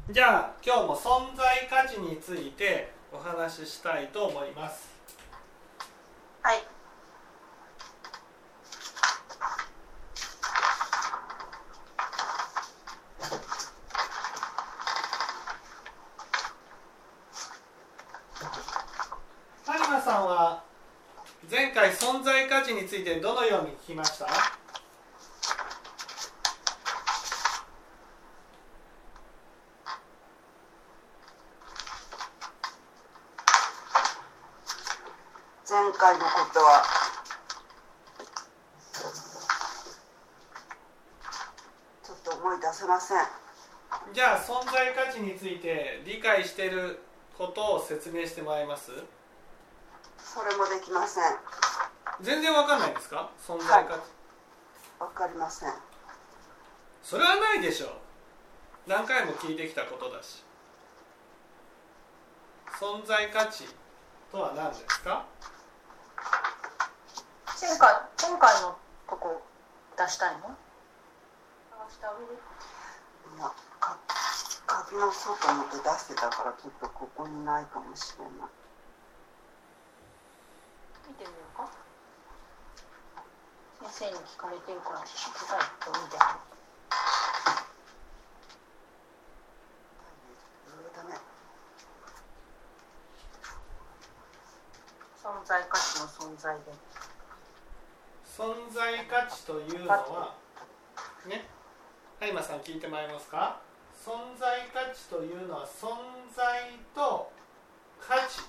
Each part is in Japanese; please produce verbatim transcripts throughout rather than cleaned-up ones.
じゃあ今日も存在価値についてお話ししたいと思います。 はい。 有馬さんは前回存在価値についてどのように聞きました？ 前回のことはちょっと思い出せません。 じゃあ存在価値について理解していることを説明してもらえます？ それもできません。 全然わかんないですか？存在価値。 わかりません。 それはないでしょう。何回も聞いてきたことだし。存在価値とは何ですか？ 前回、今回のとこ出したいの？探してあげる？ いや、か書き直そうと思って出してたからちょっとここにないかもしれない。 見てみようか。先生に聞かれてるから答えと見てあげる。 ダメ。 存在価値の存在で。 存在価値というのはね、有馬さん聞いてもらえますか？存在価値というのは存在と価値、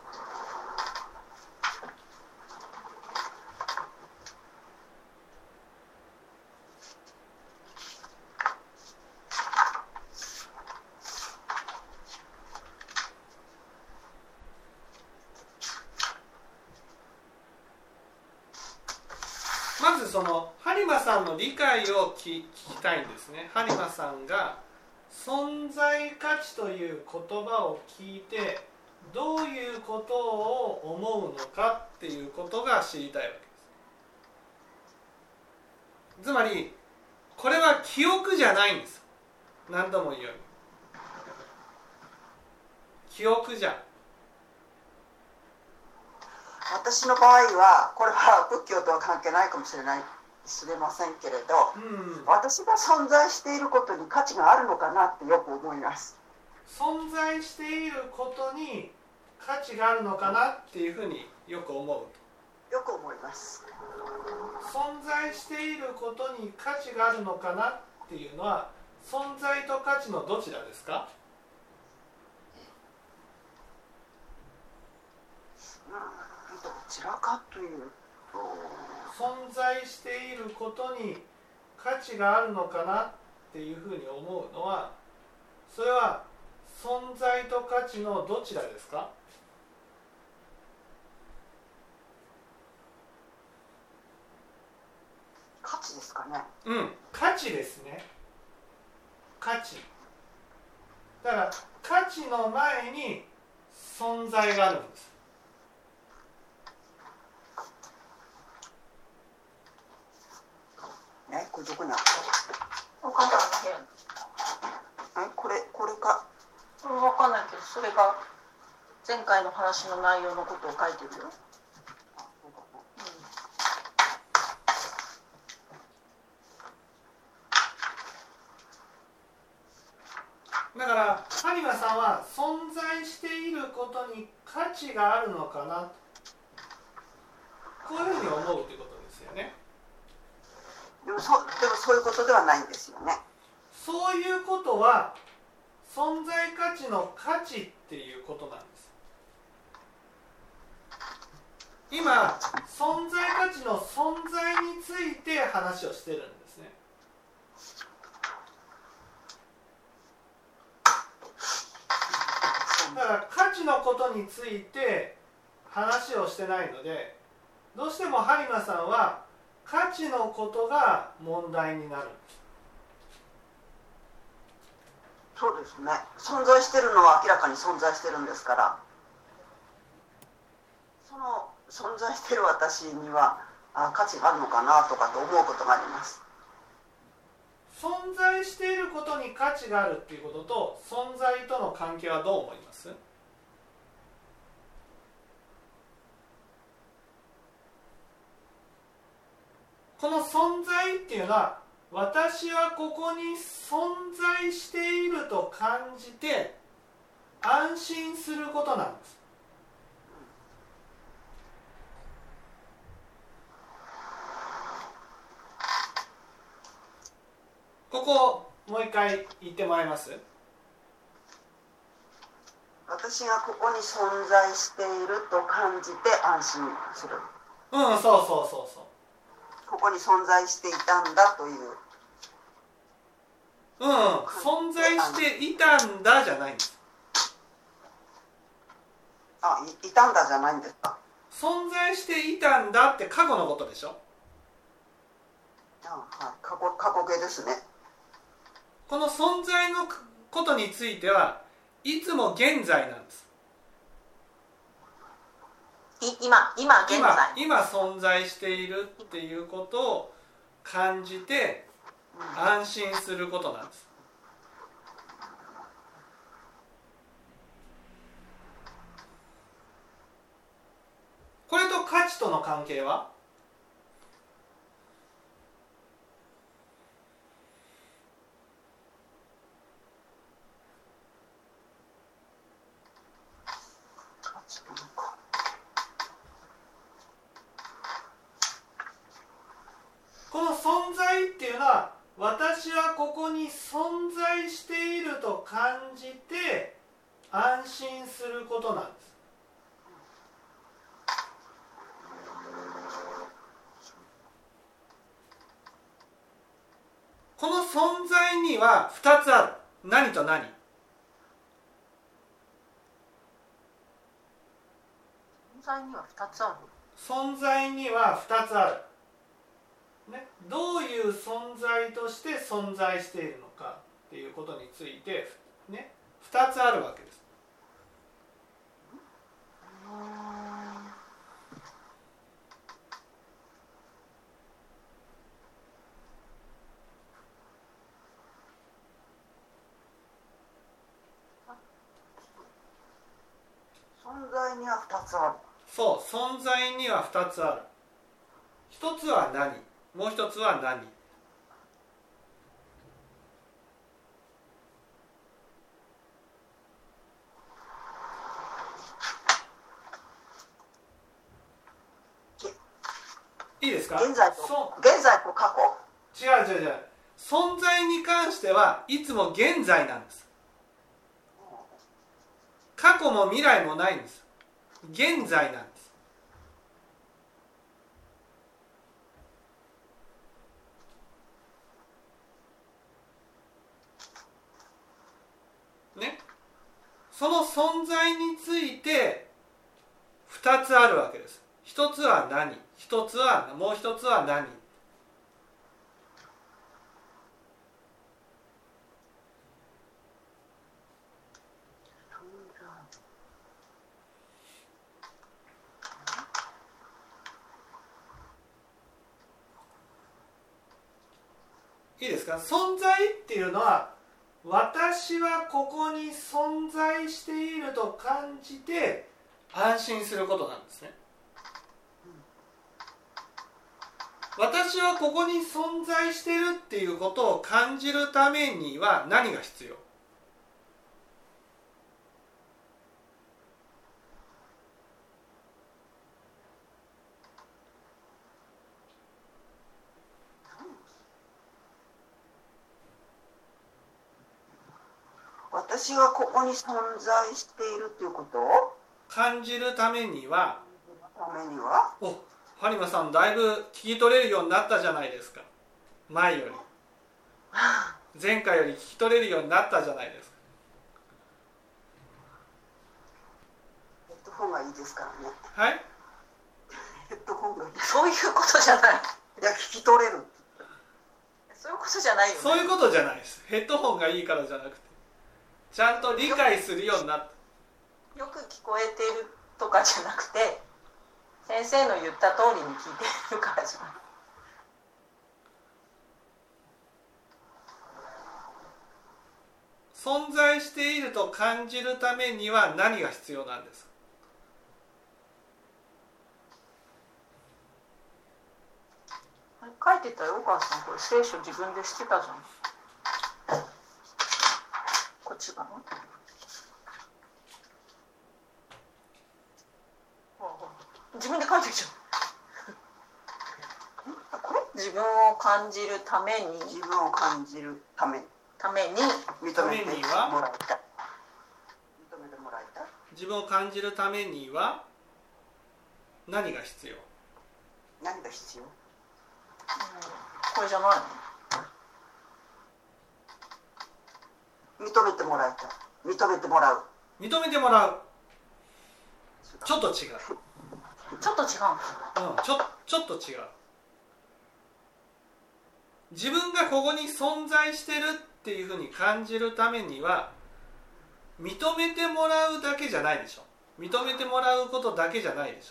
まずその有馬さんの理解を聞きたいんですね。有馬さんが存在価値という言葉を聞いてどういうことを思うのかっていうことが知りたいわけです。つまりこれは記憶じゃないんです。何度も言うように記憶じゃ。 私の場合はこれは仏教とは関係ないかもしれない知れませんけれど、 うん、 私が存在していることに価値があるのかなってよく思います。 存在していることに価値があるのかなっていうふうによく思うと。 よく思います。 存在していることに価値があるのかなっていうのは存在と価値のどちらですか？ どちらかというと存在していることに価値があるのかなっていうふうに思うのは、それは存在と価値のどちらですか？ 価値ですかね。 うん、価値ですね。価値だから価値の前に存在があるんです。 ね、これどこにある？ わかんないけど。 え、これこれか。 わかんないけど、それが前回の話の内容のことを書いてるよ。 あ、そうかな。だから有馬さんは存在していることに価値があるのかな、こういうふうに思うということですよね。 でもそ、でもそういうことではないんですよね。 そういうことは存在価値の価値っていうことなんです。今存在価値の存在について話をしてるんですね。だから価値のことについて話をしてないので、どうしても有馬さんは価値のことが問題になるんです。 そうですね。存在しているのは明らかに存在してるんですから、その存在している私にはあ価値があるのかなとかと思うことがあります。 存在していることに価値があるっていうことと存在との関係はどう思います？この存在っていうのは、私はここに存在していると感じて安心することなんです。ここもう一回言ってもらえます？ 私がここに存在していると感じて安心する。 うん、そうそうそうそう。 ここに存在していたんだという。 うん、存在していたんだじゃないんです。 あ、い、いたんだじゃないんですか。 存在していたんだって過去のことでしょ。 あ、はい、過去、過去形ですね。 この存在のことについてはいつも現在なんです。 い今今現在今今存在しているっていうことを感じて安心することなんです。これと価値との関係は？この存在っていうのは、私はここに存在していると感じて安心することなんです。この存在にはふたつある。何と何？ 存在にはふたつある。 存在にはふたつある。ね、どういう存在として存在しているのかっていうことについて、ね、ふたつあるわけです。 存在にはふたつある。 そう、存在にはふたつある。ひとつは何？もう一つは何？いいですか？ 現在と現在と過去？違う違う違う。存在に関してはいつも現在なんです。過去も未来もないんです。現在なんです。ね、その存在についてふたつあるわけです。ひとつは何？ひとつはもうひとつは何？いいですか？存在っていうのは、私はここに存在していると感じて安心することなんですね。私はここに存在しているっていうことを感じるためには何が必要？ 私はここに存在しているということを感じるためには、 ためにはお、播磨さんだいぶ聞き取れるようになったじゃないですか。前より前回より聞き取れるようになったじゃないですか。 ヘッドホンがいいですからね。 はい、 ヘッドホンがいい。 そういうことじゃない。 いや、聞き取れる。 そういうことじゃないよね。 そういうことじゃないです。ヘッドホンがいいからじゃなくて、ちゃんと理解するようになった。 よく聞こえているとかじゃなくて、先生の言った通りに聞いているからじゃない。 存在していると感じるためには何が必要なんですか？ 書いてたよ、お母さん。これ聖書自分でしてたじゃん。こっちかな。自分で書いてるじゃん。これ自分を感じるために自分を感じるためにために認めてもらいたい。認めてもらいたい。 自分を感じるためには何が必要？ 何が必要？ これじゃないの？認めてもらいたい。認めてもらう。 認めてもらう。ちょっと違う。 ちょっと違う。 うん、ちょ、ちょっと違う。自分がここに存在してるっていうふうに感じるためには認めてもらうだけじゃないでしょ。認めてもらうことだけじゃないでし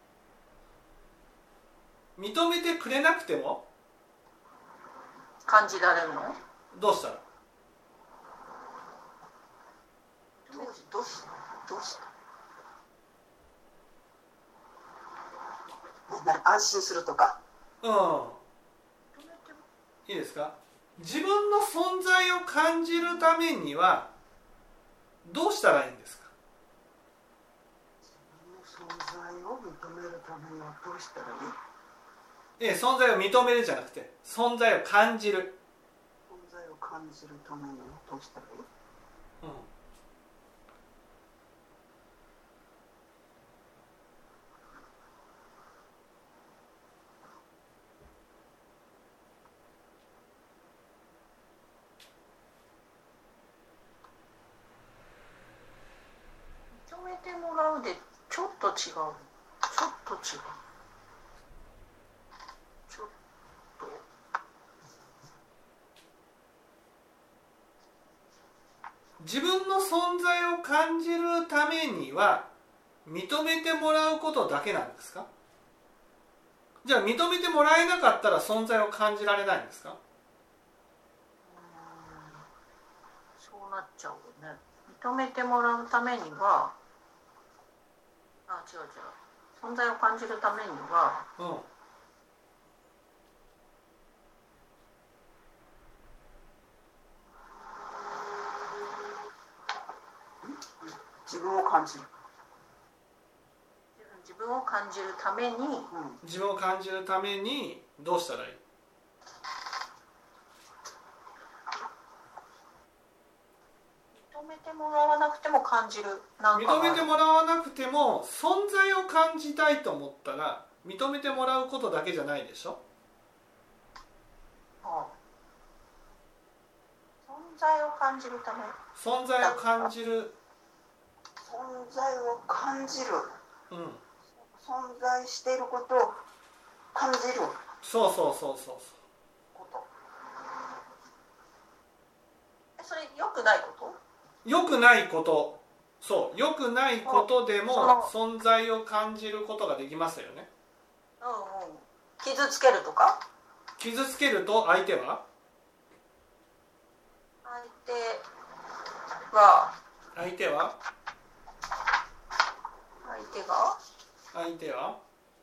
ょ。認めてくれなくても感じられるの？ どうしたら？ どうしどうしどうした安心するとか？ うん。いいですか？自分の存在を感じるためにはどうしたらいいんですか？ 自分の存在を認めるためにはどうしたらいい？ ええ、存在を認めるじゃなくて存在を感じる。 存在を感じるためにはどうしたらいい？ うん。 認めてもらうでちょっと違う。ちょっと違う。ちょっと。 自分の存在を感じるためには認めてもらうことだけなんですか？じゃあ認めてもらえなかったら存在を感じられないんですか？ そうなっちゃうよね。認めてもらうためには、あ、違う違う。存在を感じるためには、 うん。 自分を感じる。 自分を感じるために、うん、 自分を感じるためにどうしたらいい？ 認めてもらわなくても感じる。なんか認めてもらわなくても存在を感じたいと思ったら認めてもらうことだけじゃないでしょ？ ああ、存在を感じるため。 存在を感じる。 存在を感じる。 うん。 存在していることを感じる。 そうそうそうそうそう。 こと。 え、それ良くないこと？ 良くないこと。そう、良くないことでも存在を感じることができますよね。 うんうん。傷つけるとか？ 傷つけると相手は？ 相手は相手は相手が相手は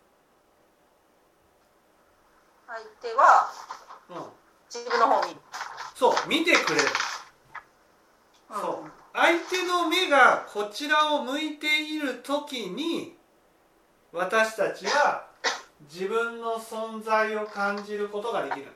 相手は、 うん、 自分の方にそう見てくれる、うん、そう相手の目がこちらを向いている時に私たちは自分の存在を感じることができるんです。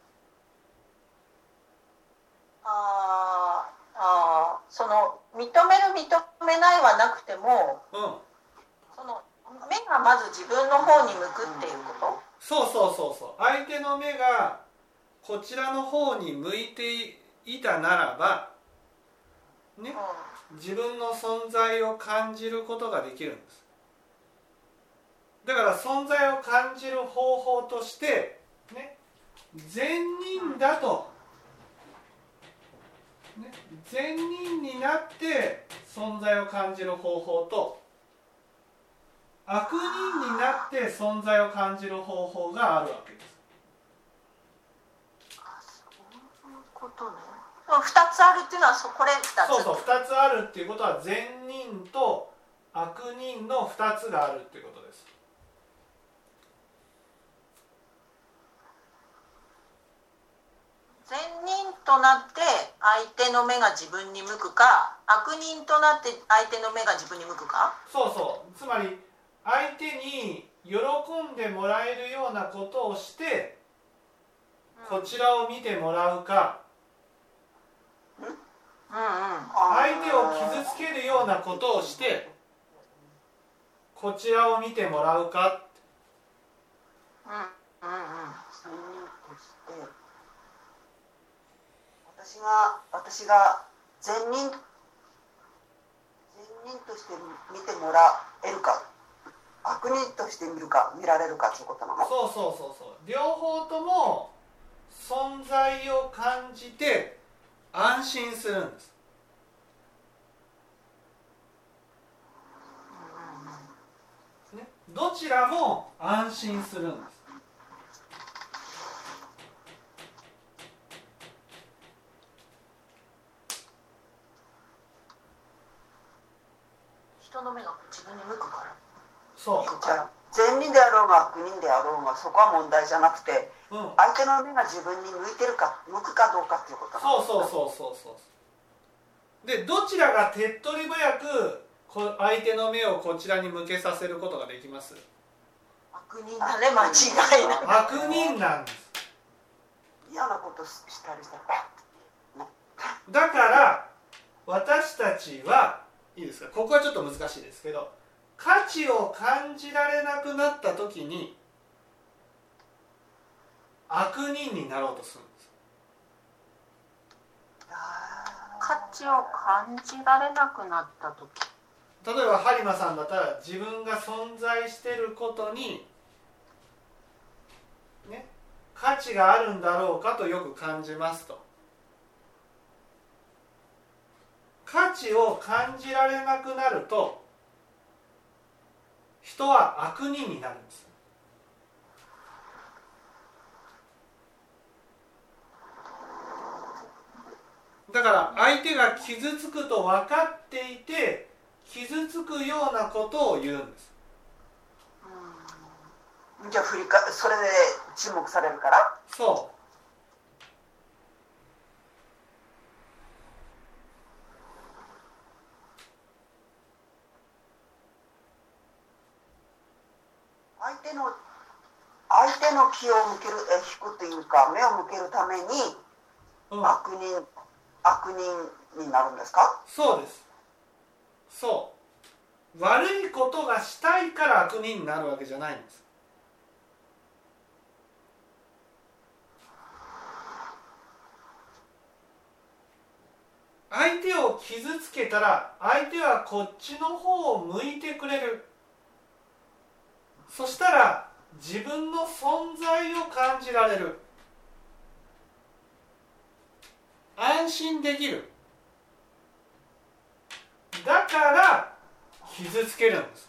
ああ、その認める認めないはなくても、 うん、 その目がまず自分の方に向くっていうこと？ そうそうそうそう。相手の目がこちらの方に向いていたならばね、うん、自分の存在を感じることができるんです。だから存在を感じる方法としてね、善人だと、ね、善人になって存在を感じる方法と悪人になって存在を感じる方法があるわけです。 あ、そういうことね。 のふたつあるっていうのはそこれふたつ。 そうそう、ふたつあるっていうことは善人と悪人のふたつがあるっていうことです。 善人となって相手の目が自分に向くか、悪人となって相手の目が自分に向くか。 そうそう、つまり相手に喜んでもらえるようなことをしてこちらを見てもらうか、 うんうん、 相手を傷つけるようなことをしてこちらを見てもらうか。 うんうんうん。 善人として私が私が善人善人として見てもらえるか、悪人として見るか見られるかということなの。 そうそうそうそう、両方とも存在を感じて安心するんです。ね、どちらも安心するんです。 人の目が自分に向くから。 そう。 じゃあ善人であろうが悪人であろうがそこは問題じゃなくて、 うん、 相手の目が自分に向いてるか向くかどうかっていうことなの。 そうそうそうそうそうで、どちらが手っ取り早くこ相手の目をこちらに向けさせることができます？ 悪人あれ間違いない。 悪人なんです。 嫌なことしたりしたら、 だから私たちはいいですか、ここはちょっと難しいですけど、価値を感じられなくなった時に悪人になろうとするんです。 価値を感じられなくなった時、 例えば播磨さんだったら自分が存在していることに、ね、価値があるんだろうかとよく感じますと。価値を感じられなくなると人は悪人になるんです。だから相手が傷つくと分かっていて傷つくようなことを言うんです。 うん、じゃあ振りかそれで注目されるから。 そう。 相手の相手の気を向けるえ引くというか目を向けるために、うん、悪人悪人になるんですか？ そうです。そう。悪いことがしたいから悪人になるわけじゃないんです。相手を傷つけたら相手はこっちの方を向いてくれる。そしたら自分の存在を感じられる。安心できる。だから傷つけるんです。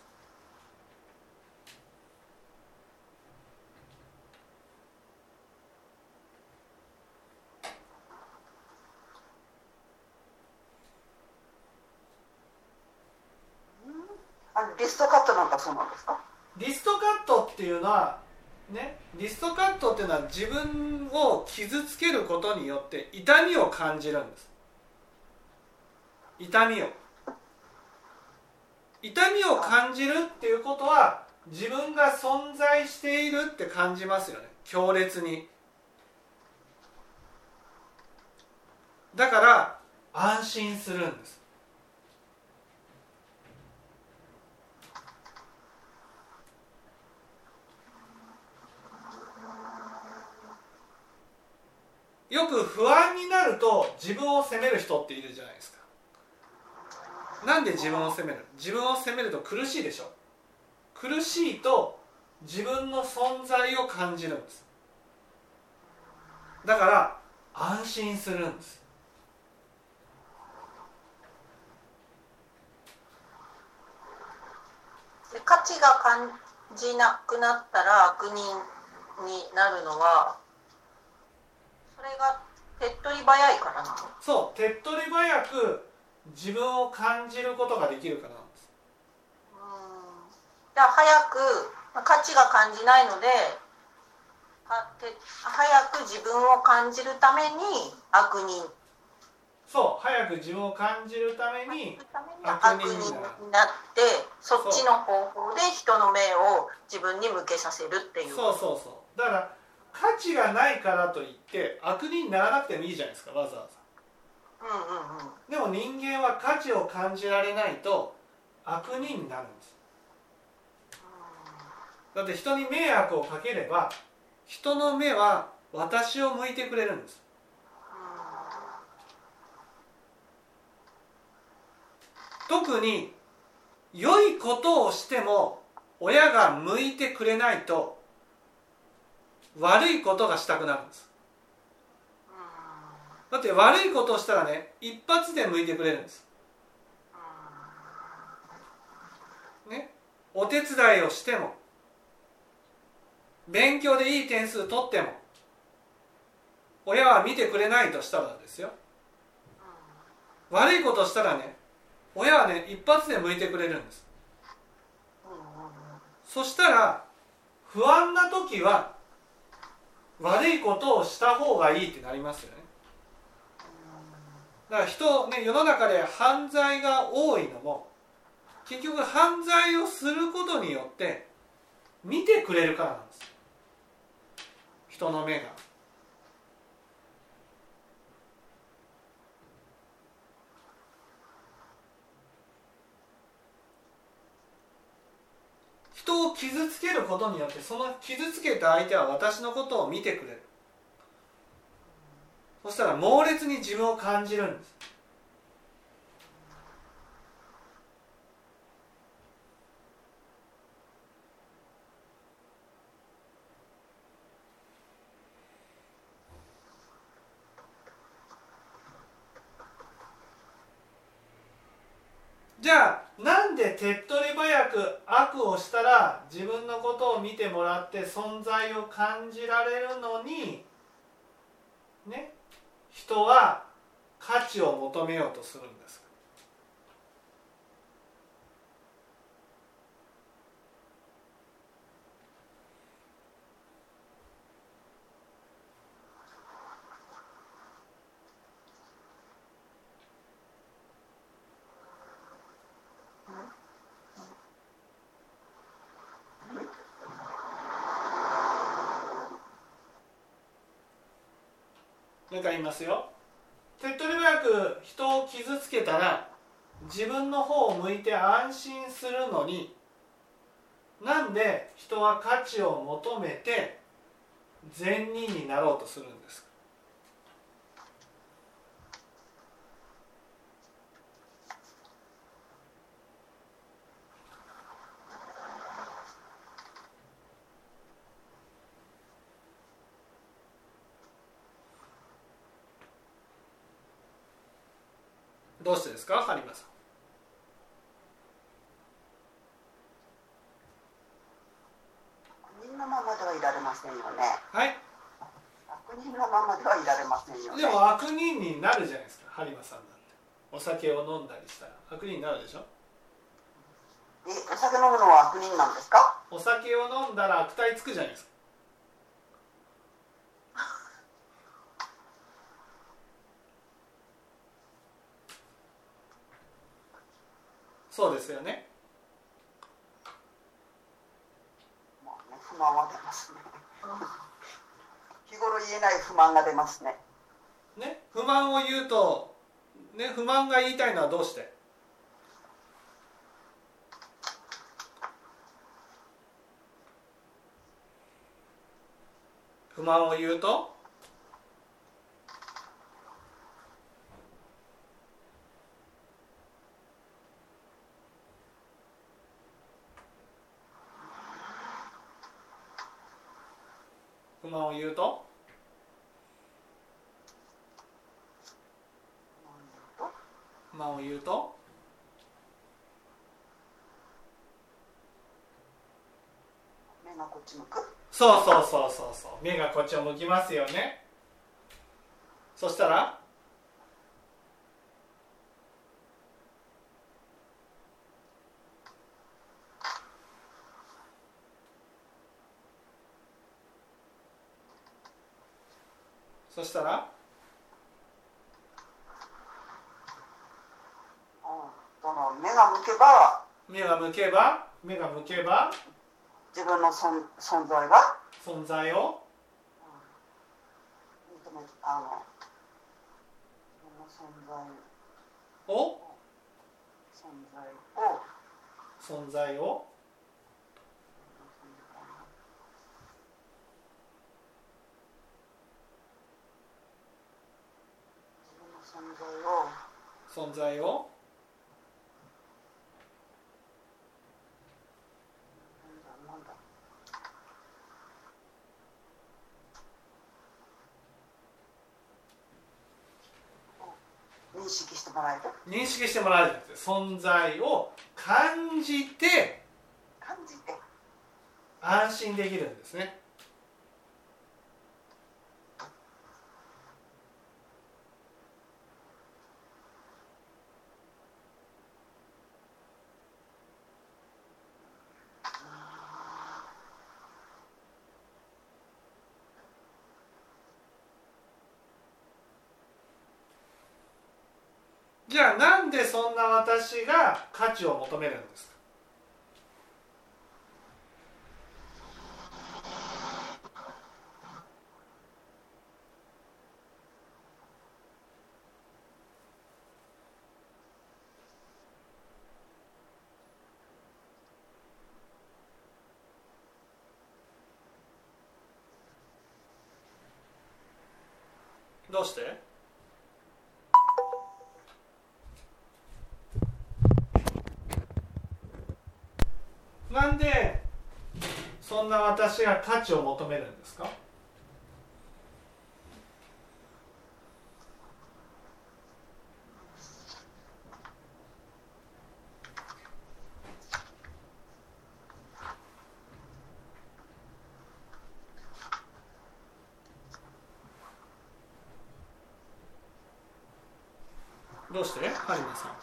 あのリストカットなんかそうなんですか？ リストカットっていうのはね、リストカットっていうのは自分を傷つけることによって痛みを感じるんです。痛みを痛みを感じるっていうことは自分が存在しているって感じますよね、強烈に。だから安心するんです。よく不安になると自分を責める人っているじゃないですか。なんで自分を責める？自分を責めると苦しいでしょ。苦しいと自分の存在を感じるんです。だから安心するんです。 で価値が感じなくなったら悪人になるのは、それが手っ取り早いからなの？ そう手っ取り早く自分を感じることができるからなんです。 うん。じゃあ早く価値が感じないのであて早く自分を感じるために悪人そう早く自分を感じるために悪悪人人にになる。 なってそっちの方法で人の目を自分に向けさせるっていう。 そうそうそうだから価値がないからといって悪人にならなくてもいいじゃないですか、わざわざ。 うんうんうん。 でも人間は価値を感じられないと悪人になるんです。だって人に迷惑をかければ人の目は私を向いてくれるんです。特に良いことをしても親が向いてくれないと悪いことがしたくなるんです。だって悪いことをしたらね一発で向いてくれるんです、ね、お手伝いをしても勉強でいい点数取っても親は見てくれないとしたらですよ、悪いことをしたらね親はね一発で向いてくれるんです。そしたら不安な時は悪いことをした方がいいってなりますよね。だから人、ね、世の中で犯罪が多いのも結局犯罪をすることによって見てくれるからなんです。人の目が。人を傷つけることによってその傷つけた相手は私のことを見てくれる。そしたら猛烈に自分を感じるんです。じゃあなんで手っ取り早く悪をしたら自分のことを見てもらって存在を感じられるのにね、人は価値を求めようとするんですか。なんか言いますよ。手っ取り早く人を傷つけたら自分の方を向いて安心するのに、なんで人は価値を求めて善人になろうとするんですか。どうしてですか、播磨さん。 悪人のままではいられませんよね。 はい。 悪人のままではいられませんよね。 でも悪人になるじゃないですか、播磨さんなんて。お酒を飲んだりしたら悪人になるでしょ。 え、お酒飲むのは悪人なんですか。 お酒を飲んだら悪態つくじゃないですか。そうですよね。 まあね、不満は出ますね。日頃言えない不満が出ますね。 ね、不満を言うと、ね、不満が言いたいのはどうして？不満を言うと不満を言うと不満を言うと目がこっち向く。 そうそうそうそうそう、目がこっちを向きますよね。 そしたらそしたらその目が向けば目が向けば目が向けば自分の存存在が存在を認めあの自分の存在を存在を存在を自分の存在を存在をなんだ認識してもらえる認識してもらえるんですよ。存在を感じて感じて安心できるんですね。じゃあなんでそんな私が価値を求めるんですか。どうしてなんでそんな私が価値を求めるんですか。どうして？ハリマさん。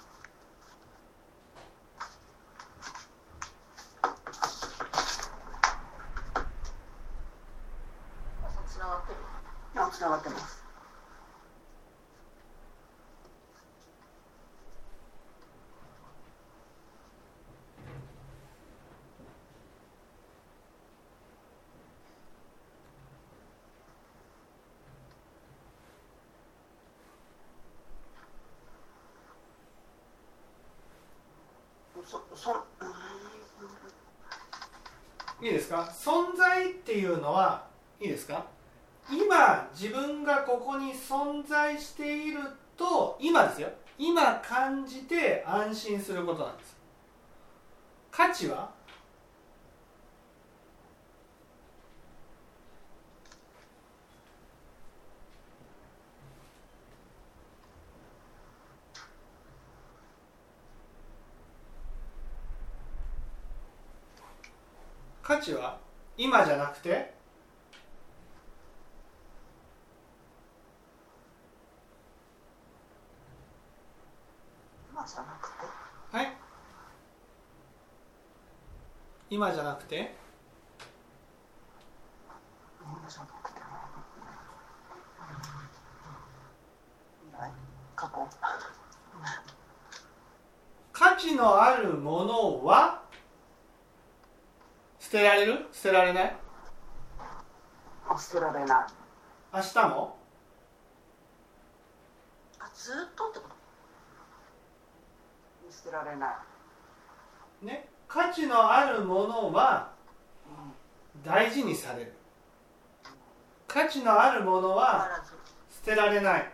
つながってる。 あ、つながってます。そそいいですか。存在っていうのはいいですか。今自分がここに存在していると今ですよ。今感じて安心することなんです。価値は価値は今じゃなくて今じゃなくてはい今じゃなくて今じゃなくてはい過去価値のあるものは捨てられる？捨てられない？ 捨てられない。 明日も？ あ、ずっとってこと？ 捨てられないね、価値のあるものは大事にされる。価値のあるものは捨てられない。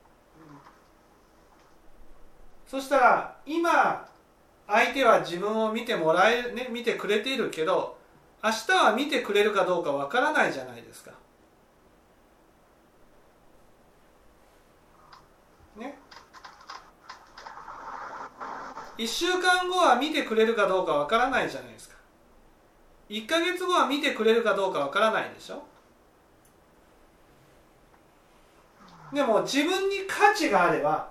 そしたら今相手は自分を見てもらえる、ね、見てくれているけど明日は見てくれるかどうかわからないじゃないですか。ね。いっしゅうかんごは見てくれるかどうかわからないじゃないですか。いっかげつごは見てくれるかどうかわからないでしょ。 でも自分に価値があれば、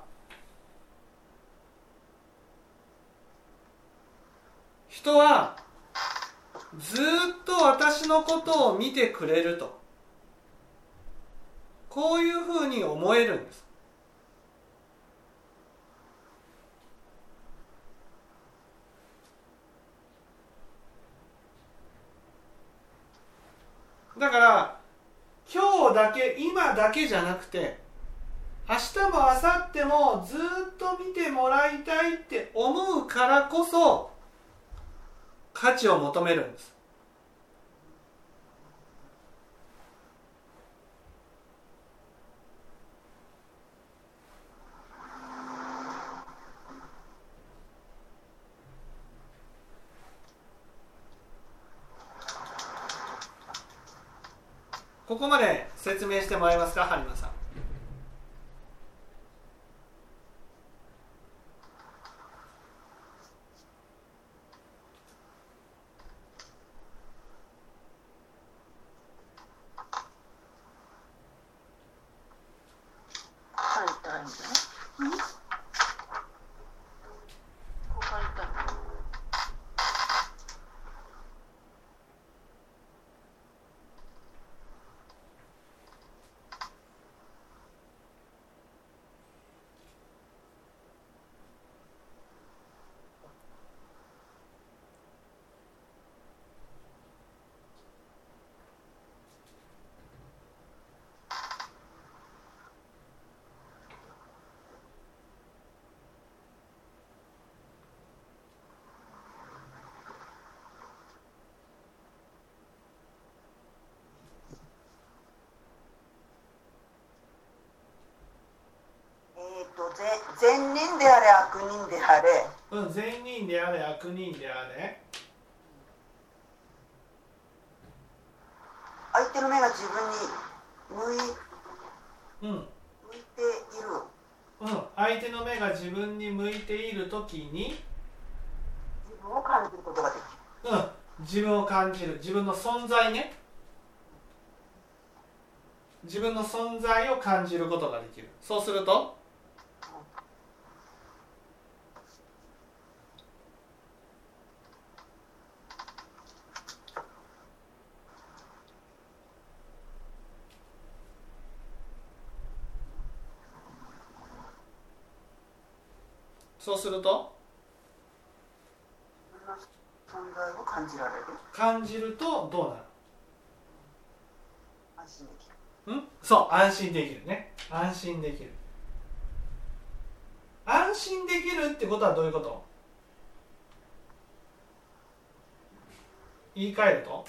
人はずっと私のことを見てくれると、こういうふうに思えるんです。だから今日だけ、今だけじゃなくて、明日も明後日もずっと見てもらいたいって思うからこそ価値を求めるんです。ここまで説明してもらえますか、播磨さん。 書いたらいいんじゃない？うん？こう書いたら。 善人であれ悪人であれ、 うん、善人であれ悪人であれ、 相手の目が自分に向い、 うん、 向いている、 うん、相手の目が自分に向いているときに自分を感じることができる。 うん、自分を感じる、自分の存在ね、自分の存在を感じることができる。そうするとそうすると存在を感じられる。 感じるとどうなる？ 安心できる。 ん？そう、安心できるね。安心できる。安心できるってことはどういうこと？言い換えると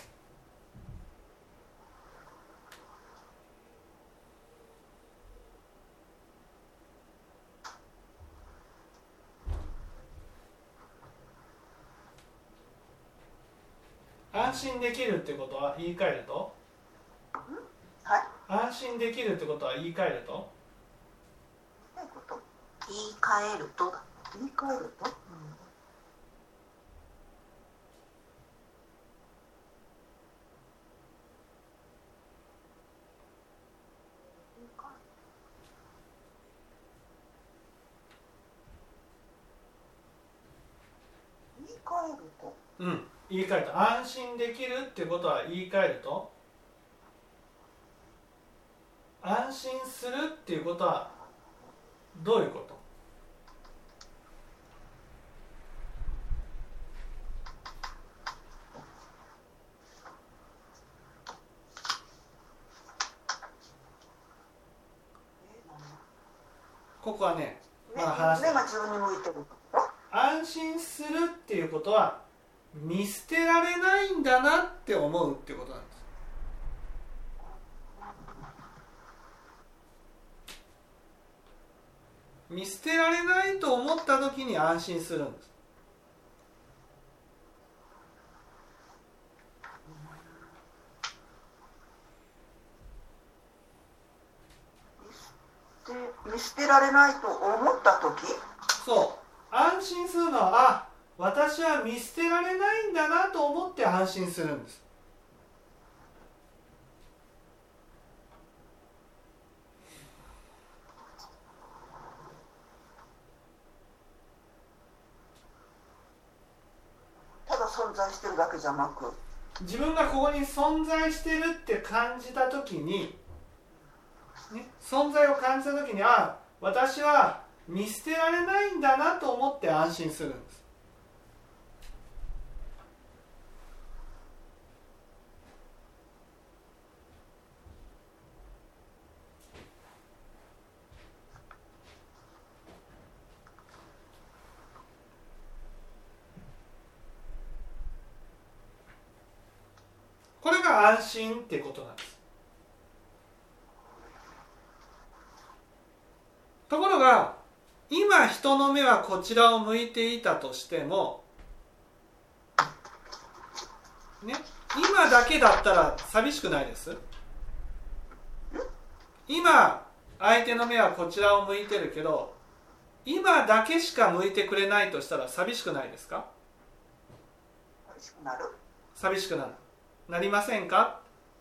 安心できるってことは言い換えると、 はい、 安心できるってことは言い換えると言い換えるとだ。 言い換えると、うん、言い換えると、 うん、言い換えると、安心できるってことは言い換えると、安心するっていうことはどういうこと？ここはね、まだ話して目が自分に向いてる。 安心するっていうことは見捨てられないんだなって思うってことなんです。見捨てられないと思った時に安心するんです。 見捨てられないと思った時、 そう、安心するのは、あ、私は見捨てられないんだなと思って安心するんです。 存在してるだけじゃなく、 自分がここに存在してるって感じた時に、ね、存在を感じた時に、あ、私は見捨てられないんだなと思って安心するんです。これが安心ってことなんです。ところが今人の目はこちらを向いていたとしても、ね、今だけだったら寂しくないです？今相手の目はこちらを向いてるけど、今だけしか向いてくれないとしたら寂しくないですか？ 寂しくなる。 寂しくなる。なりませんか？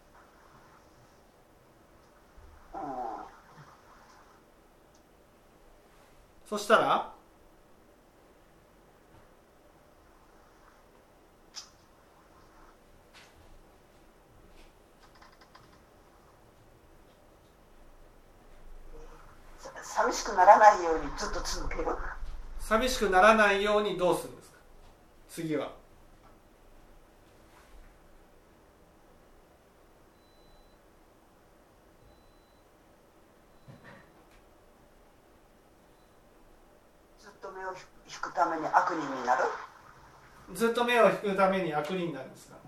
うん、 そしたら寂しくならないようにずっと続ける。 寂しくならないようにどうするんですか？次はずっと目を引くために悪人になる。 ずっと目を引くために悪人になるんですか？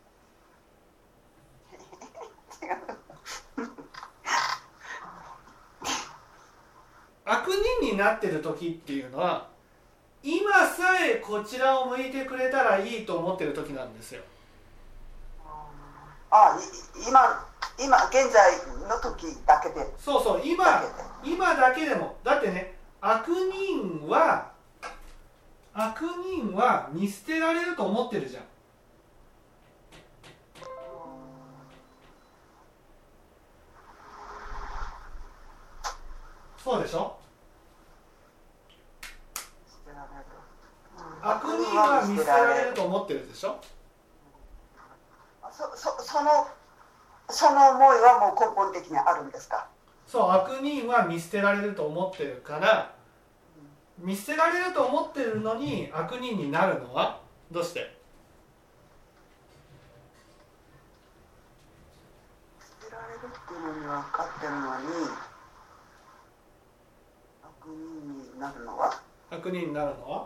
悪人になってる時っていうのは、今さえこちらを向いてくれたらいいと思ってる時なんですよ。 あ、今今現在の時だけで。 そうそう、今だけで今だけでも。だってね、悪人は悪人は見捨てられると思ってるじゃん。そうでしょ？悪人は見捨てられると思ってるでしょ？ そ, そ, そのその思いはもう根本的にあるんですか？ そう、悪人は見捨てられると思ってるから、見捨てられると思ってるのに悪人になるのはどうして？ 捨てられるっていうのに分かってるのに悪人になるのは？ 悪人になるのは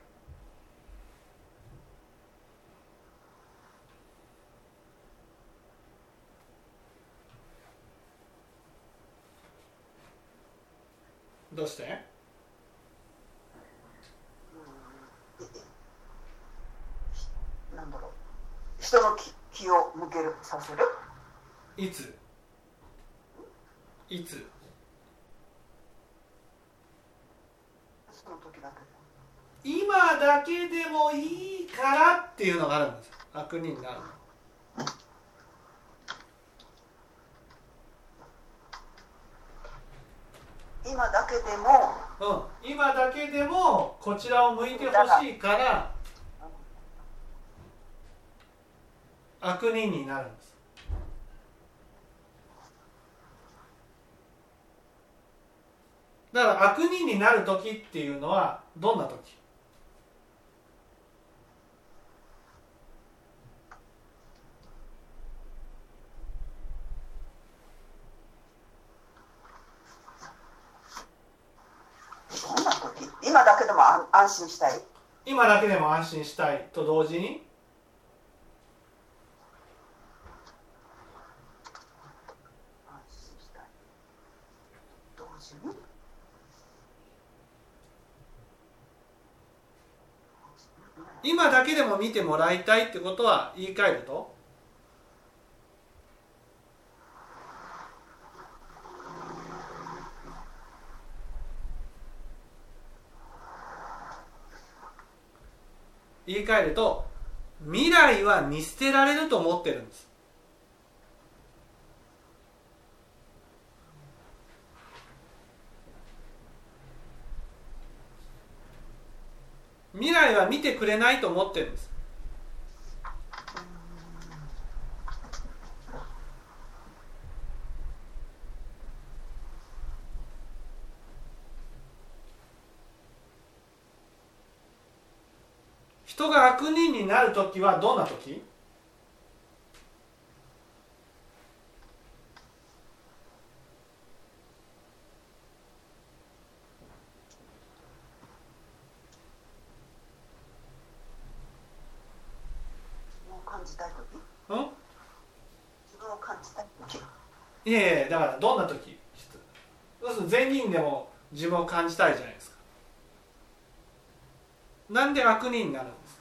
どうして？ なんだろう、人の気、気を向けるさせる。 いついつその時だけ。 今だけでもいいからっていうのがあるんです。悪人になるの。 今だけでも、 うん、今だけでもこちらを向いてほしいから悪人になるんです。だから悪人になる時っていうのはどんな時？ どんな時？今だけでも安心したい。 今だけでも安心したいと同時に安心したい同時に今だけでも見てもらいたいってことは言い換えると言い換えると未来は見捨てられると思ってるんです。未来は見てくれないと思ってるんです。 人が悪人になるときはどんなとき？ 感じたい時？ うん？ 自分を感じたい時？ いやいや、だからどんな時？要するに善人でも自分を感じたいじゃないですか。なんで悪人になるんです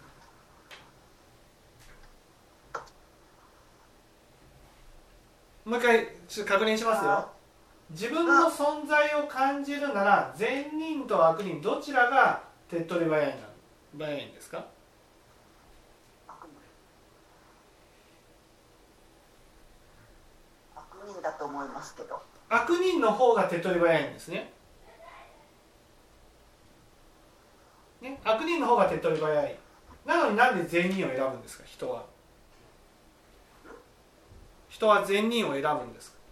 か？もう一回ちょっと確認しますよ。自分の存在を感じるなら善人と悪人どちらが手っ取り早いな早いんですか？ 悪人だと思いますけど。 悪人の方が手っ取り早いんですね。ね、悪人の方が手っ取り早い。なのになんで善人を選ぶんですか？人は人は善人を選ぶんですか？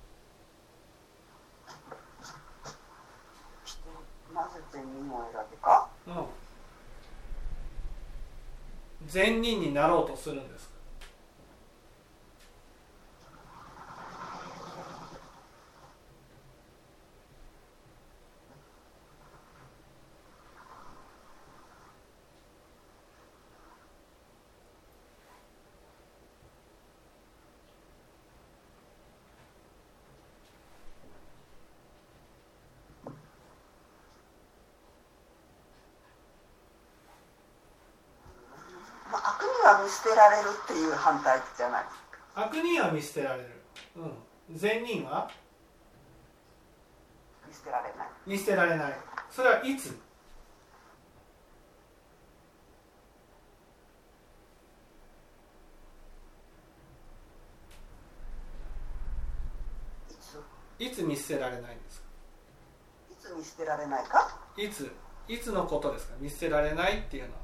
なぜ善人を選ぶか？ うん、善人になろうとするんですか？ 悪人は見捨てられるっていう反対じゃない。 悪人は見捨てられる、うん、善人は見捨てられない。 見捨てられない。それはいつ？いつ見捨てられないんですか？ いつ見捨てられないか？ いついつのことですか？見捨てられないっていうのは。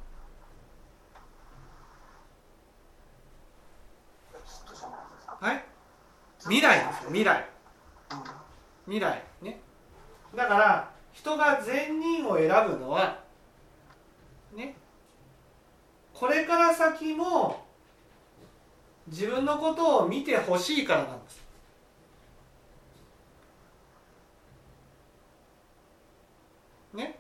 はい、未来ですよ。未来、未来ね。だから人が善人を選ぶのはね、これから先も自分のことを見てほしいからなんです。ね、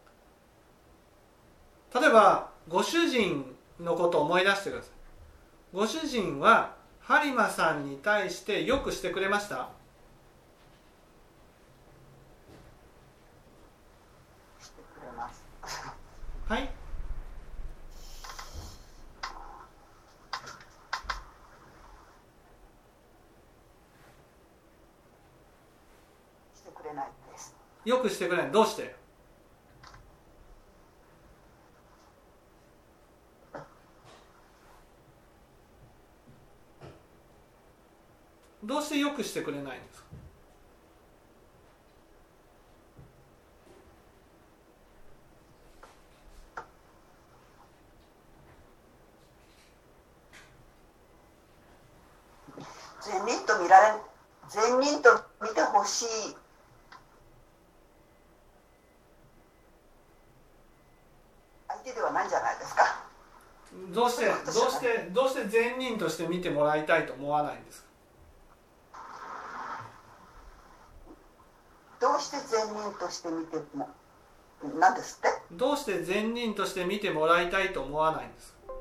例えばご主人のことを思い出してください。ご主人は播磨さんに対してよくしてくれました？ してくれます。 はい。 してくれないです。 よくしてくれない。どうして？どうしてよくしてくれないんですか？ 善人と見られ、善人と見てほしい相手ではないんじゃないですか？ どうしてどうしてどうして善人として見てもらいたいと思わないんですか？ どうして善人として見ても何ですって？ どうして善人として見てもらいたいと思わないんですか？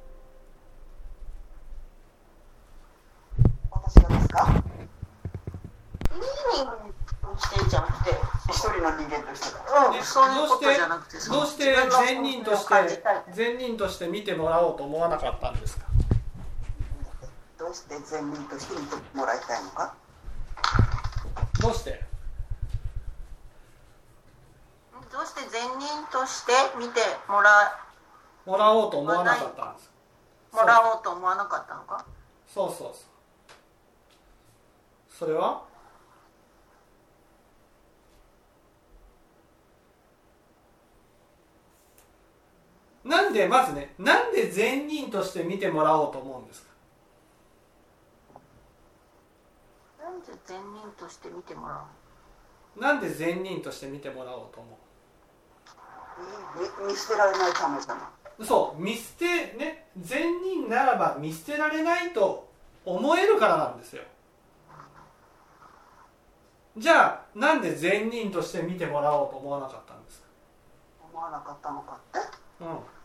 私がですか？いい人間としてじゃなくて一人の人間としてだ。 うん、そういうことじゃなくて、 どうして善人として善人として見てもらおうと思わなかったんですか？ どうして善人として見てもらいたいのか？ どうしてどうして善人として見てもらもらおうと思わなかったんですもらおうと思わなかったのか？ そうそうそう。それはなんでまずね、なんで善人として見てもらおうと思うんですか？ なんで善人として見てもらう？ なんで善人として見てもらおうと思う？ 見、見捨てられないためじゃない。 そう見捨てね、善人ならば見捨てられないと思えるからなんですよ。じゃあなんで善人として見てもらおうと思わなかったんですか。 思わなかったのかって。 うん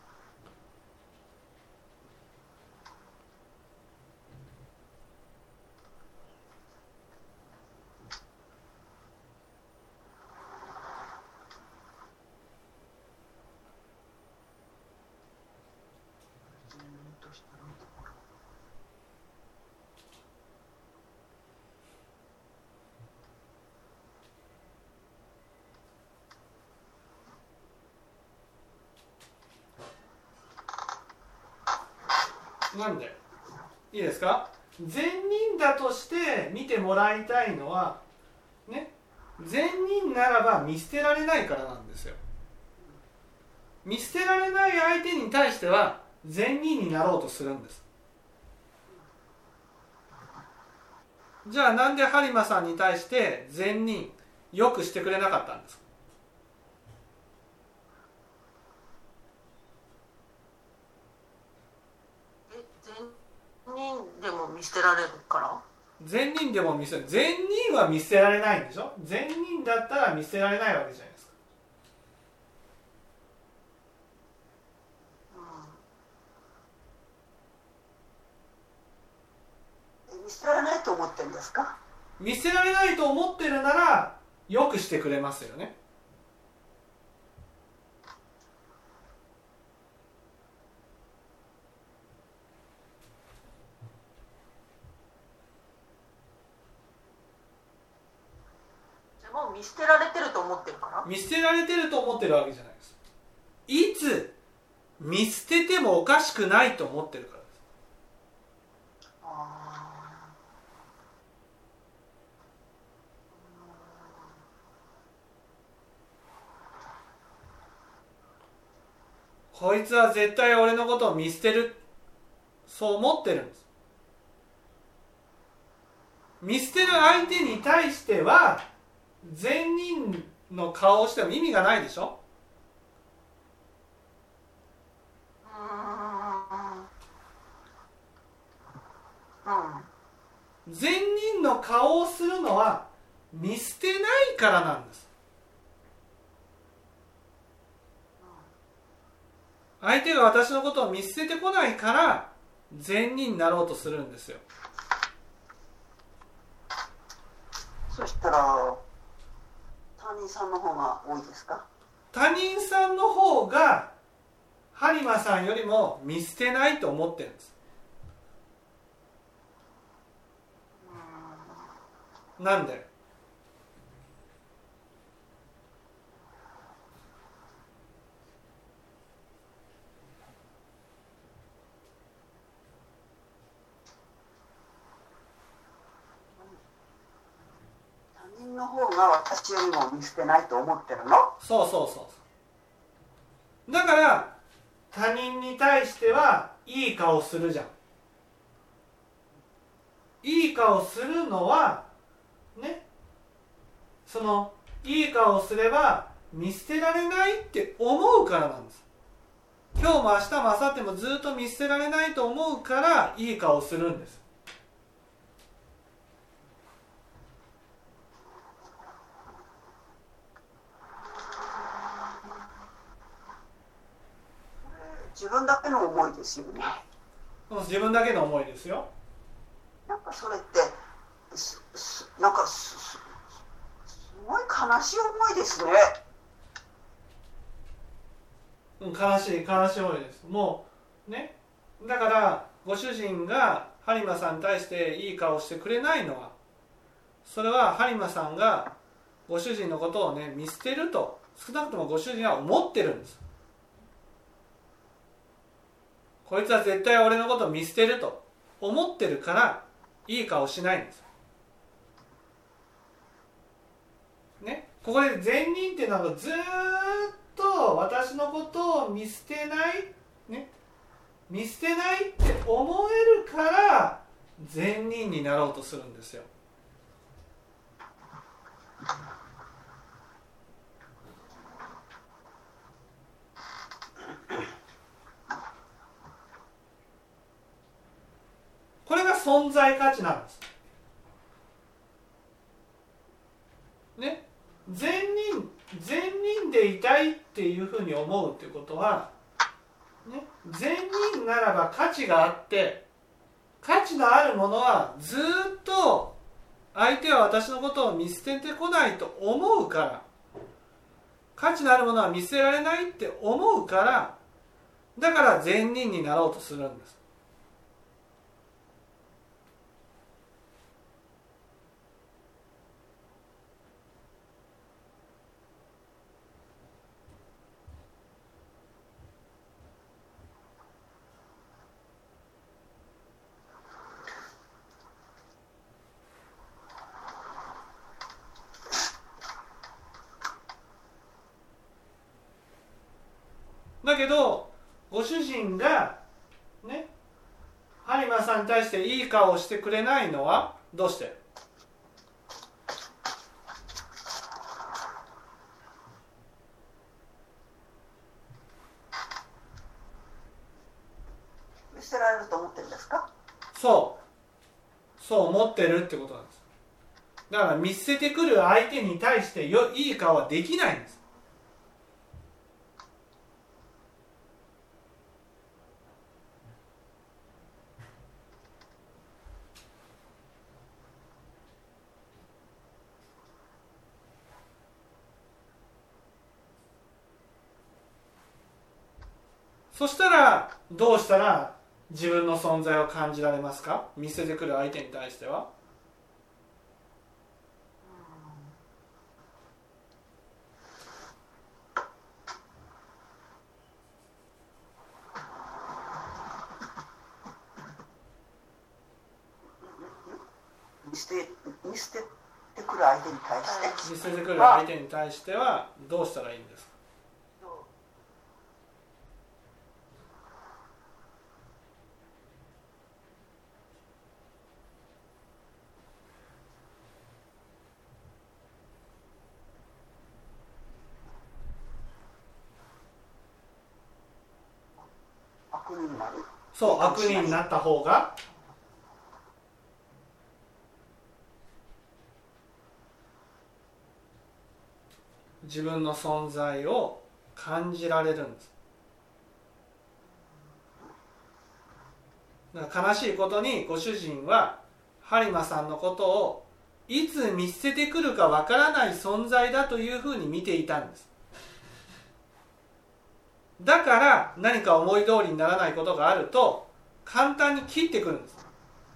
なんでいいですか。善人だとして見てもらいたいのはね、善人ならば見捨てられないからなんですよ。見捨てられない相手に対しては善人になろうとするんです。じゃあなんで播磨さんに対して善人よくしてくれなかったんですか。 え、善人でも見捨てられるから。 善人でも見捨て善人は見捨てられないんでしょ。善人だったら見捨てられないわけじゃないですか。 見捨てられないと思ってるんですか。 見捨てられないと思ってるならよくしてくれますよね。 じゃあもう見捨てられてると思ってるから。 見捨てられてると思ってるわけじゃないです。いつ見捨ててもおかしくないと思ってるからです。こいつは絶対俺のことを見捨てる、そう思ってるんです。見捨てる相手に対しては善人の顔をしても意味がないでしょ。善人の顔をするのは見捨てないからなんです。相手が私のことを見捨ててこないから善人になろうとするんですよ。 そしたら他人さんの方が多いですか。 他人さんの方が播磨さんよりも見捨てないと思ってるんです。なんで。 他人の方が私よりも見捨てないと思ってるの。 そうそうそうだから他人に対してはいい顔するじゃん。いい顔するのはね、そのいい顔すれば見捨てられないって思うからなんです。今日も明日も明後日もずっと見捨てられないと思うからいい顔するんです。 自分だけの思いですよね。 自分だけの思いですよ。 なんかそれってすすなんかすすすごい悲しい思いですね。 うん、悲しい悲しい思いです。もうね、だからご主人が播磨さんに対していい顔してくれないのは、それは播磨さんがご主人のことをね見捨てると少なくともご主人は思ってるんです。こいつは絶対俺のことを見捨てると思ってるからいい顔しないんです。ね、ここで善人っていうのはずーっと私のことを見捨てない、ね、見捨てないって思えるから善人になろうとするんですよ。 存在価値なんですね。善人善人でいたいっていうふうに思うっていうことは、ね、善人ならば価値があって価値のあるものはずっと相手は私のことを見捨ててこないと思うから、価値のあるものは見捨てられないって思うから、だから善人になろうとするんです。だけどご主人がね、播磨さんに対していい顔をしてくれないのはどうして？ 見捨てられると思ってるんですか？ そうそう思ってるってことなんです。だから見捨ててくる相手に対してよいい顔はできないんです。そしたらどうしたら自分の存在を感じられますか？見捨ててくる相手に対しては。 見捨て、見捨ててくる相手に対して見捨ててくる相手に対してはどうしたらいいんですか？ 悪人になる。 そう、悪人になった方が自分の存在を感じられるんです。だから悲しいことにご主人は播磨さんのことをいつ見捨ててくるかわからない存在だというふうに見ていたんです。だから何か思い通りにならないことがあると簡単に切ってくるんです。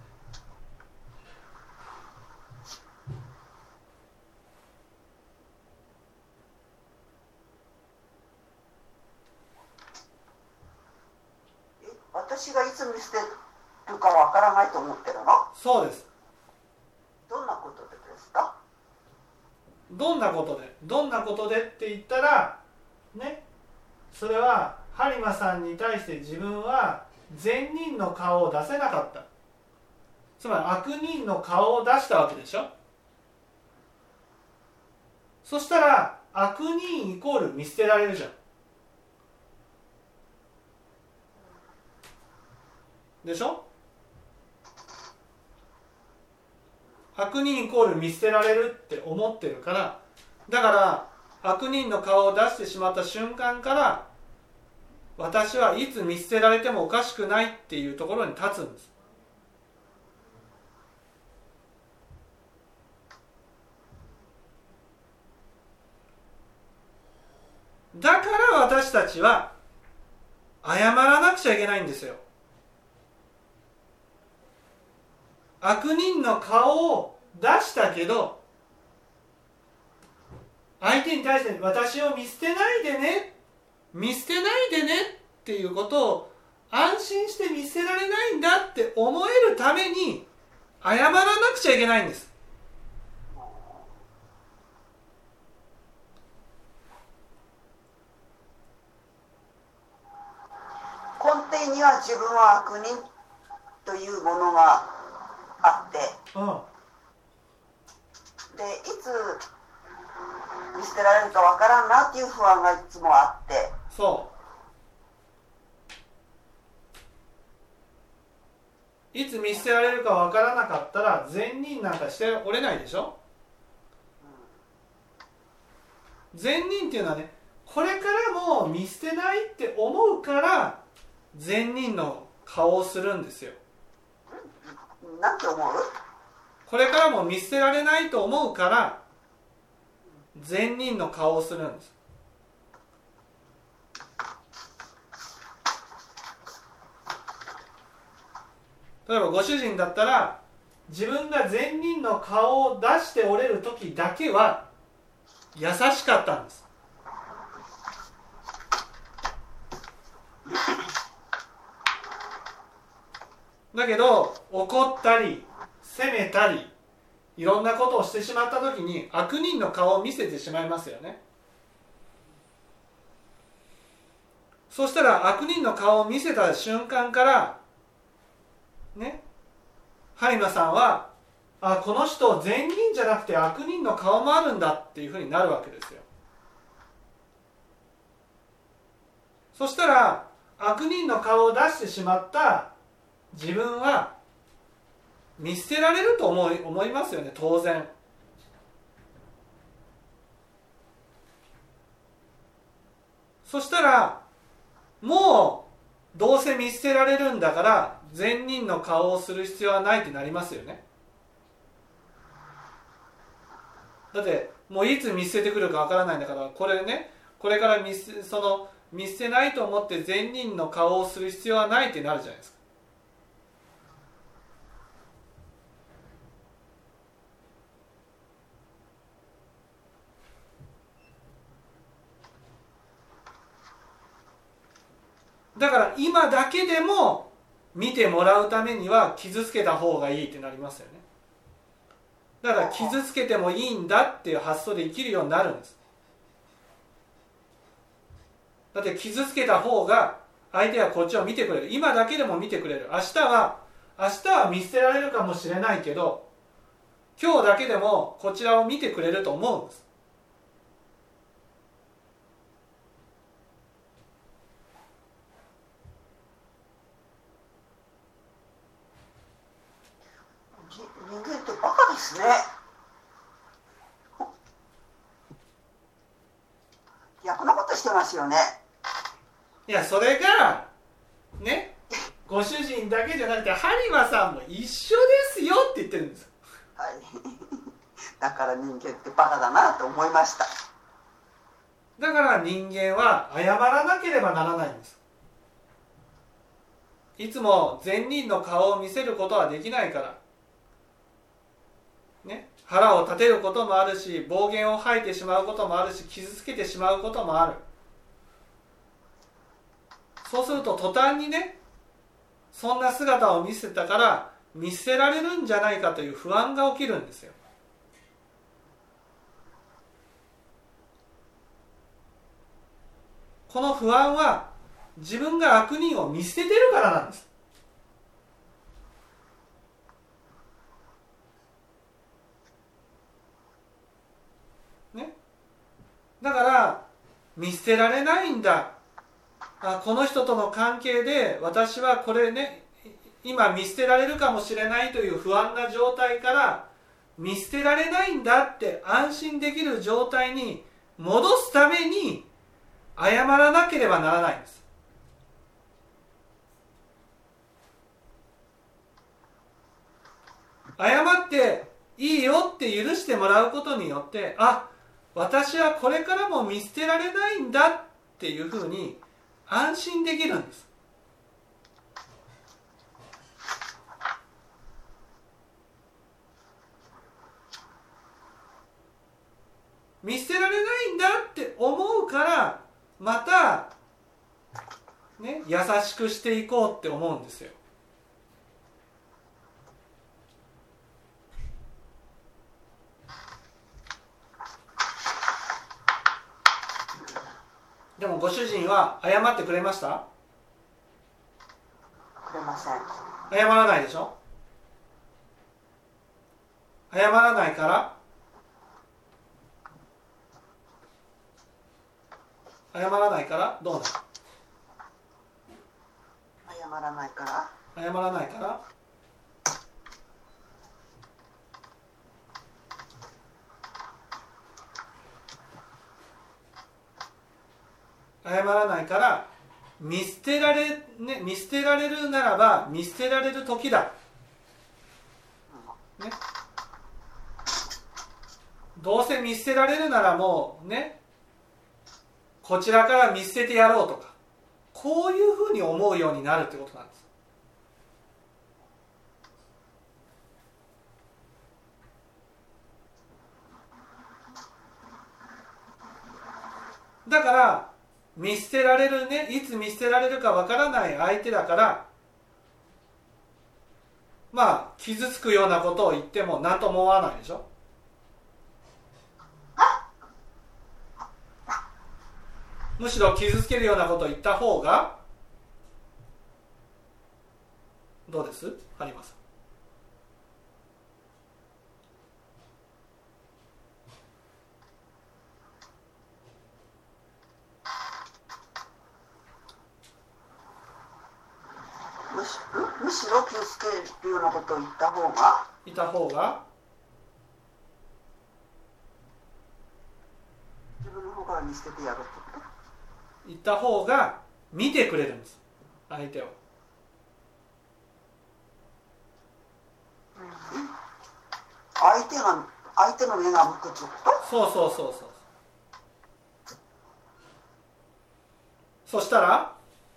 私がいつ見捨てるかわからないと思ってるの？ そうです。 どんなことでですか？ どんなことでどんなことでって言ったらね、それは播磨さんに対して自分は善人の顔を出せなかった、つまり悪人の顔を出したわけでしょ。そしたら悪人イコール見捨てられるじゃんでしょ。悪人イコール見捨てられるって思ってるから、だから悪人の顔を出してしまった瞬間から私はいつ見捨てられてもおかしくないっていうところに立つんです。だから私たちは謝らなくちゃいけないんですよ。悪人の顔を出したけど相手に対して私を見捨てないでね見捨てないでねっていうことを安心して見捨てられないんだって思えるために謝らなくちゃいけないんです。 根底には自分は悪人というものがあって、 うん、 でいつ見捨てられるかわからんなっていう不安がいつもあって、 そういつ見捨てられるかわからなかったら善人なんかしておれないでしょ。善人っていうのはね、これからも見捨てないって思うから善人の顔をするんですよ。 なんて思う？ これからも見捨てられないと思うから善人の顔をするんです。例えばご主人だったら自分が善人の顔を出しておれる時だけは優しかったんです。だけど怒ったり責めたりいろんなことをしてしまった時に悪人の顔を見せてしまいますよね。そしたら悪人の顔を見せた瞬間からね、ハイマさんはあ、この人善人じゃなくて悪人の顔もあるんだっていうふうになるわけですよ。そしたら悪人の顔を出してしまった自分は見捨てられると思い、思いますよね、当然。そしたらもうどうせ見捨てられるんだから善人の顔をする必要はないってなりますよね。だってもういつ見捨ててくるかわからないんだから、これね、これから見捨て、その見捨てないと思って善人の顔をする必要はないってなるじゃないですか。だから今だけでも見てもらうためには傷つけた方がいいってなりますよね。だから傷つけてもいいんだっていう発想で生きるようになるんです。だって傷つけた方が相手はこっちを見てくれる。今だけでも見てくれる。明日は明日は見捨てられるかもしれないけど今日だけでもこちらを見てくれると思うんです。 人間ってバカですね。逆なことしてますよね。 いや、それがね、ご主人だけじゃなくて播磨さんも一緒ですよって言ってるんです。 はい。だから人間ってバカだなと思いました。 だから人間は謝らなければならないんです。いつも善人の顔を見せることはできないからね、腹を立てることもあるし、暴言を吐いてしまうこともあるし、傷つけてしまうこともある。そうすると途端にね、そんな姿を見せたから見捨てられるんじゃないかという不安が起きるんですよ。この不安は自分が悪人を見捨ててるからなんです。ね、だから見捨てられないんだ。あ、この人との関係で私はこれね、今見捨てられるかもしれないという不安な状態から見捨てられないんだって安心できる状態に戻すために謝らなければならないんです。謝っていいよって許してもらうことによって、あ、私はこれからも見捨てられないんだっていうふうに安心できるんです。見捨てられないんだって思うからまたね、優しくしていこうって思うんですよ。でもご主人は謝ってくれました？ くれません。 謝らないでしょ。謝らないから謝らないからどうなる？ 謝らないから謝らないから謝らないから、見捨てられ、ね、見捨てられるならば見捨てられる時だ、ね、どうせ見捨てられるならもうね、こちらから見捨ててやろうとか、こういうふうに思うようになるってことなんです。だから見捨てられるね、いつ見捨てられるかわからない相手だから、まあ傷つくようなことを言っても何とも思わないでしょ。むしろ傷つけるようなことを言った方がどうです、有馬さん。 むし、むしろ傷つけるようなことを言った方がいた方が自分の方から見捨ててやろうってこと。 言った方が見てくれるんです、相手を。 相手が相手の目が向くってこと。 そうそうそうそう。そしたら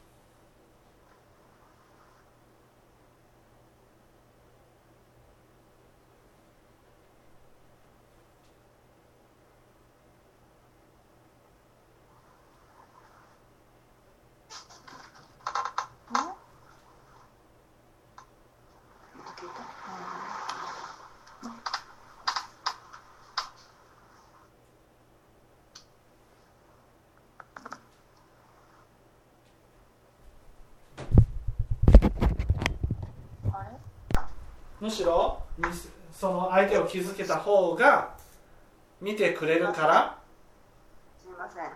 むしろその相手を気づけた方が見てくれるから。 すみません、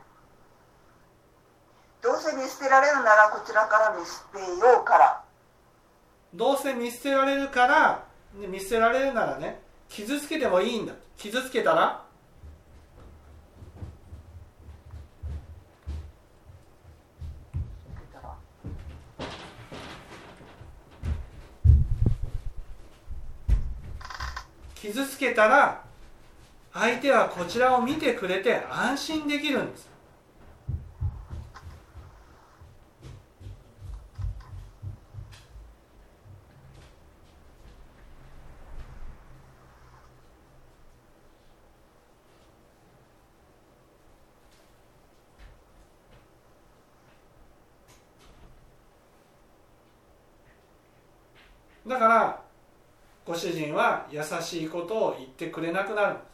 どうせ見捨てられるならこちらから見捨てようから。 どうせ見捨てられるから、見捨てられるならね、傷つけてもいいんだ。傷つけたら傷つけたら相手はこちらを見てくれて安心できるんです。だからご主人は優しいことを言ってくれなくなるんです。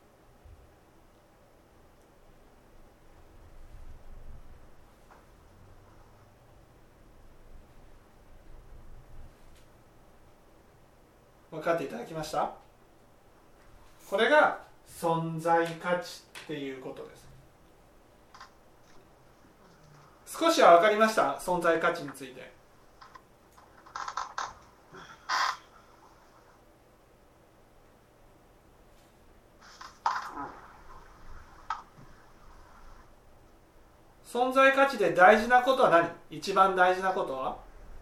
分かっていただきました？これが存在価値っていうことです。少しは分かりました？存在価値について。存在価値で大事なことは何？一番大事なことは？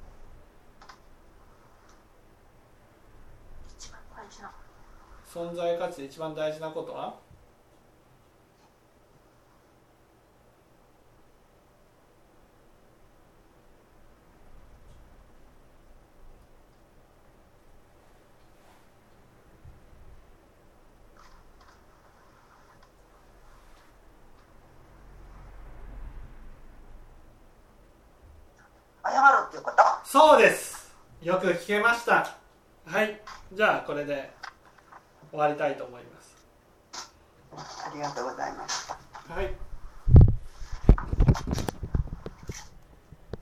一番大事な存在価値で一番大事なことは？ 謝るっていうこと。 そうです。よく聞けました。はい、じゃあこれで終わりたいと思います。 ありがとうございました。 はい。